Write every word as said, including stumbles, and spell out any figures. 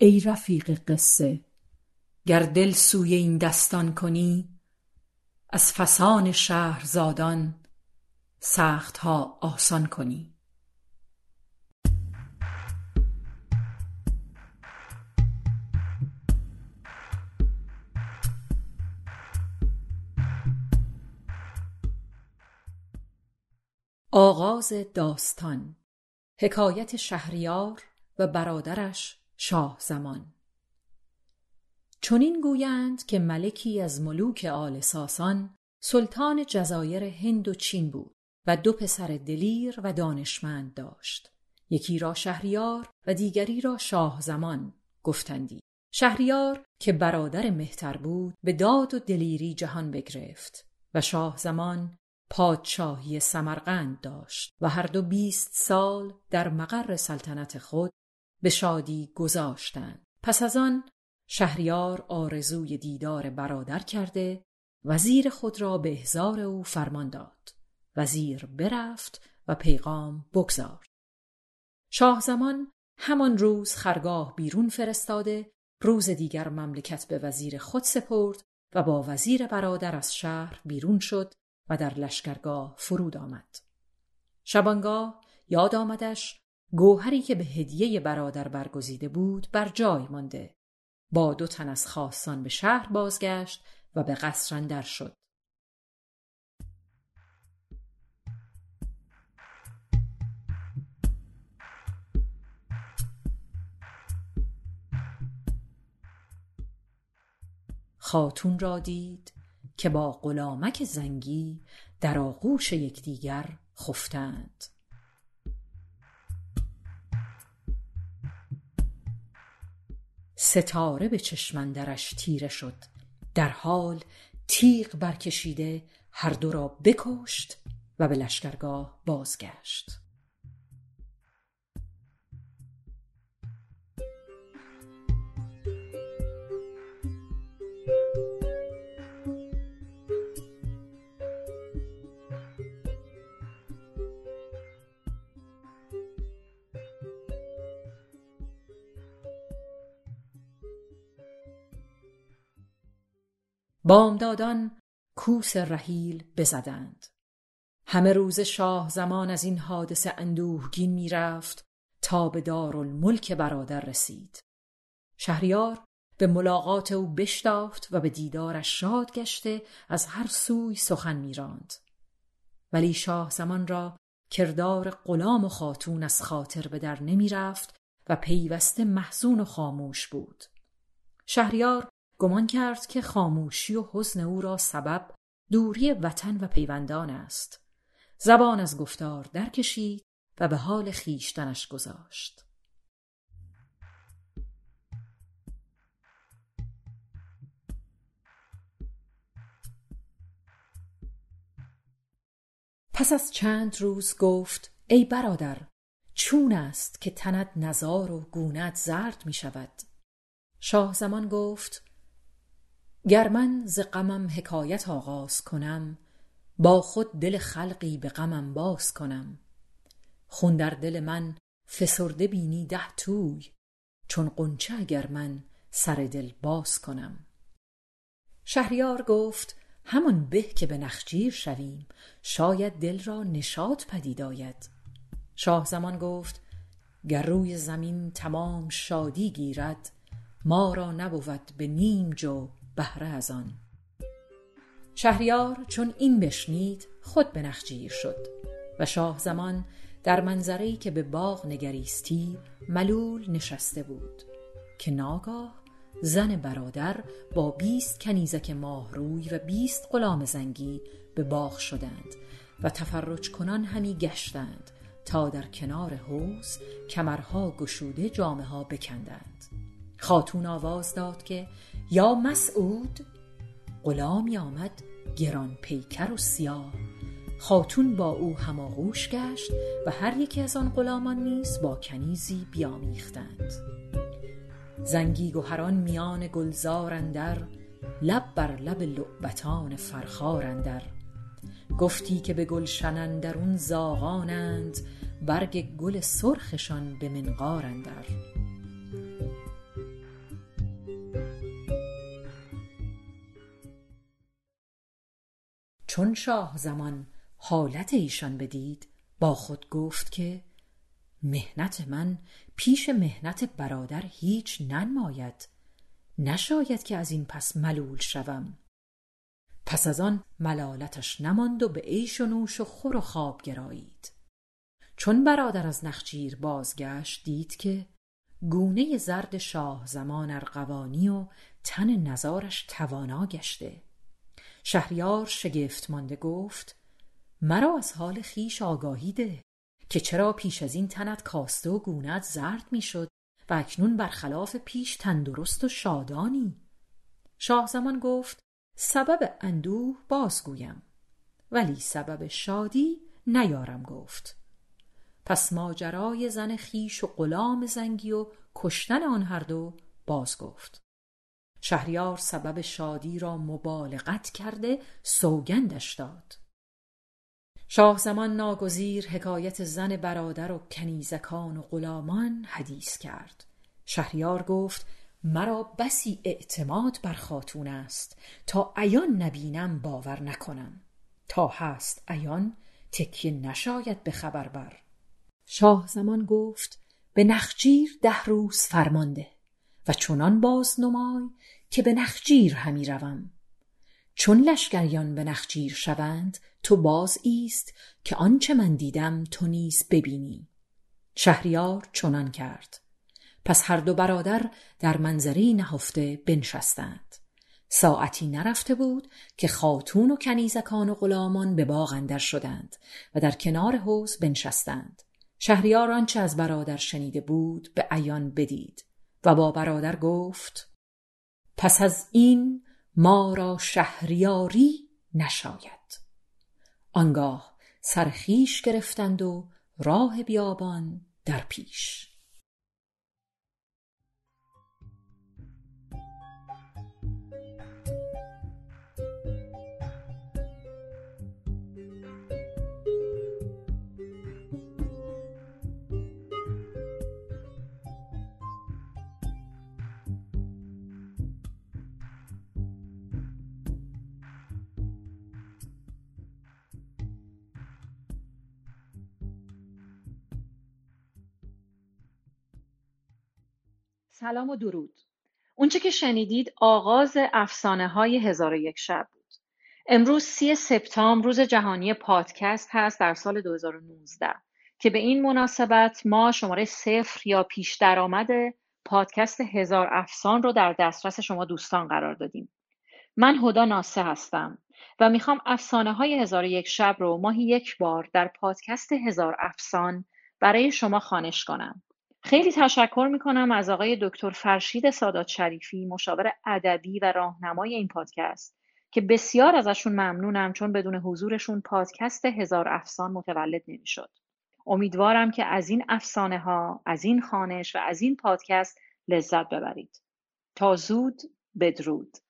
ای رفیق قصه، گر دل سوی این دستان کنی، از فسان شهرزادان سختها آسان کنی. آغاز داستان. حکایت شهریار و برادرش شاه زمان. چنین گویند که ملکی از ملوک آل ساسان سلطان جزایر هند و چین بود و دو پسر دلیر و دانشمند داشت. یکی را شهریار و دیگری را شاه زمان گفتندی. شهریار که برادر مهتر بود به داد و دلیری جهان بگرفت و شاه زمان پادشاهی سمرقند داشت و هر دو بیست سال در مقر سلطنت خود به شادی گذاشتند. پس از آن شهریار آرزوی دیدار برادر کرده وزیر خود را به احضار او فرمان داد. وزیر برفت و پیغام بگزارد. شاه زمان همان روز خرگاه بیرون فرستاده، روز دیگر مملکت به وزیر خود سپرد و با وزیر برادر از شهر بیرون شد و در لشکرگاه فرود آمد. شبانگاه یاد آمدش گوهری که به هدیه برادر برگزیده بود بر جای مانده. با دو تن از خاصان به شهر بازگشت و به قصر اندر شد. خاتون را دید که با غلامک زنگی در آغوش یکدیگر خفتند. ستاره به چشم اندرش تیره شد، در حال تیغ برکشیده هر دو را بکشت و به لشکرگاه بازگشت. بامدادان کوس رحیل بزدند. همه روز شاه زمان از این حادثه اندوهگین می رفت تا به دارالملک برادر رسید. شهریار به ملاقات او بشتافت و به دیدارش شاد گشته از هر سوی سخن می راند. ولی شاه زمان را کردار غلام و خاتون از خاطر به در نمی رفت و پیوسته محزون و خاموش بود. شهریار گمان کرد که خاموشی و حزن او را سبب دوری وطن و پیوندان است. زبان از گفتار در کشید و به حال خیشتنش گذاشت. پس از چند روز گفت: ای برادر، چون است که تنت نزار و گونه‌ات زرد می شود؟ شاه زمان گفت: گر من ز غمم حکایت آغاز کنم، با خود دل خلقی به غمم باز کنم. خون در دل من فسرده بینی ده توی، چون غنچه اگر من سر دل باز کنم. شهریار گفت: همان به که به نخجیر شویم، شاید دل را نشاط پدید آید. شاه زمان گفت: گر روی زمین تمام شادی گیرد، ما را نبود به نیم جو بهره از آن. شهریار چون این بشنید خود به نخجیر شد و شاه زمان در منظره‌ای که به باغ نگریستی ملول نشسته بود که ناگاه زن برادر با بیست کنیزک ماهروی و بیست غلام زنگی به باغ شدند و تفرج کنان همی گشتند تا در کنار حوض کمرها گشوده جامه ها بکندند. خاتون آواز داد که یا مسعود. غلامی آمد گران پیکر و سیاه. خاتون با او هماغوش گشت و هر یکی از آن غلامان نیز با کنیزی بیامیختند. زنگی گهران میان گلزار اندر، لب بر لب لعبتان فرخار اندر. گفتی که به گلشن اندرون زاغانند، برگ گل سرخشان به منقار اندر. چون شاه زمان حالت ایشان بدید با خود گفت که مهنت من پیش مهنت برادر هیچ ننماید، نشاید که از این پس ملول شوم. پس از آن ملالتش نماند و به عیش و نوش و خور و خواب گرایید. چون برادر از نخچیر بازگشت دید که گونه زرد شاه زمان ارغوانی و تن نزارش توانا گشته. شهریار شگفت مانده گفت مرا از حال خیش آگاهی ده که چرا پیش از این تنت کاسته و گونه‌ات زرد میشد و اکنون برخلاف پیش تندرست و شادانی. شاه زمان گفت سبب اندوه بازگویم ولی سبب شادی نیارم گفت. پس ماجرای زن خیش و غلام زنگی و کشتن آن هر دو باز گفت. شهریار سبب شادی را مبالغت کرده سوگندش داد. شاه زمان ناگزیر حکایت زن برادر و کنیزکان و غلامان حدیث کرد. شهریار گفت مرا بسی اعتماد بر خاتون است تا عیان نبینم باور نکنم، تا هست عیان تکیه نشاید به خبر بر. شاه زمان گفت به نخجیر ده روز فرمانده و چنان باز نمای که به نخجیر همی روم. چون لشکریان به نخجیر شوند تو باز ایست که آنچه من دیدم تو نیز ببینی. شهریار چنان کرد. پس هر دو برادر در منظری نهفته بنشستند. ساعتی نرفته بود که خاتون و کنیزکان و غلامان به باغ اندر شدند و در کنار حوض بنشستند. شهریار آنچه از برادر شنیده بود به عیان بدید و با برادر گفت پس از این ما را شهریاری نشاید. آنگاه سر خویش گرفتند و راه بیابان در پیش. سلام و درود. اونچه که شنیدید آغاز افسانه های هزار و یک شب بود. امروز سی سپتامبر روز جهانی پادکست هست در سال دو هزار و نوزده که به این مناسبت ما شماره صفر یا پیش درآمد پادکست هزار افسان رو در دسترس شما دوستان قرار دادیم. من هدا ناسه هستم و میخوام افسانه های هزار و یک شب رو ماهی یک بار در پادکست هزار افسان برای شما خوانش کنم. خیلی تشکر میکنم از آقای دکتر فرشید سادات شریفی، مشاور ادبی و راهنمای این پادکست که بسیار ازشون ممنونم، چون بدون حضورشون پادکست هزار افسان متولد نمیشد. امیدوارم که از این افسانه ها، از این خوانش و از این پادکست لذت ببرید. تا زود، بدرود.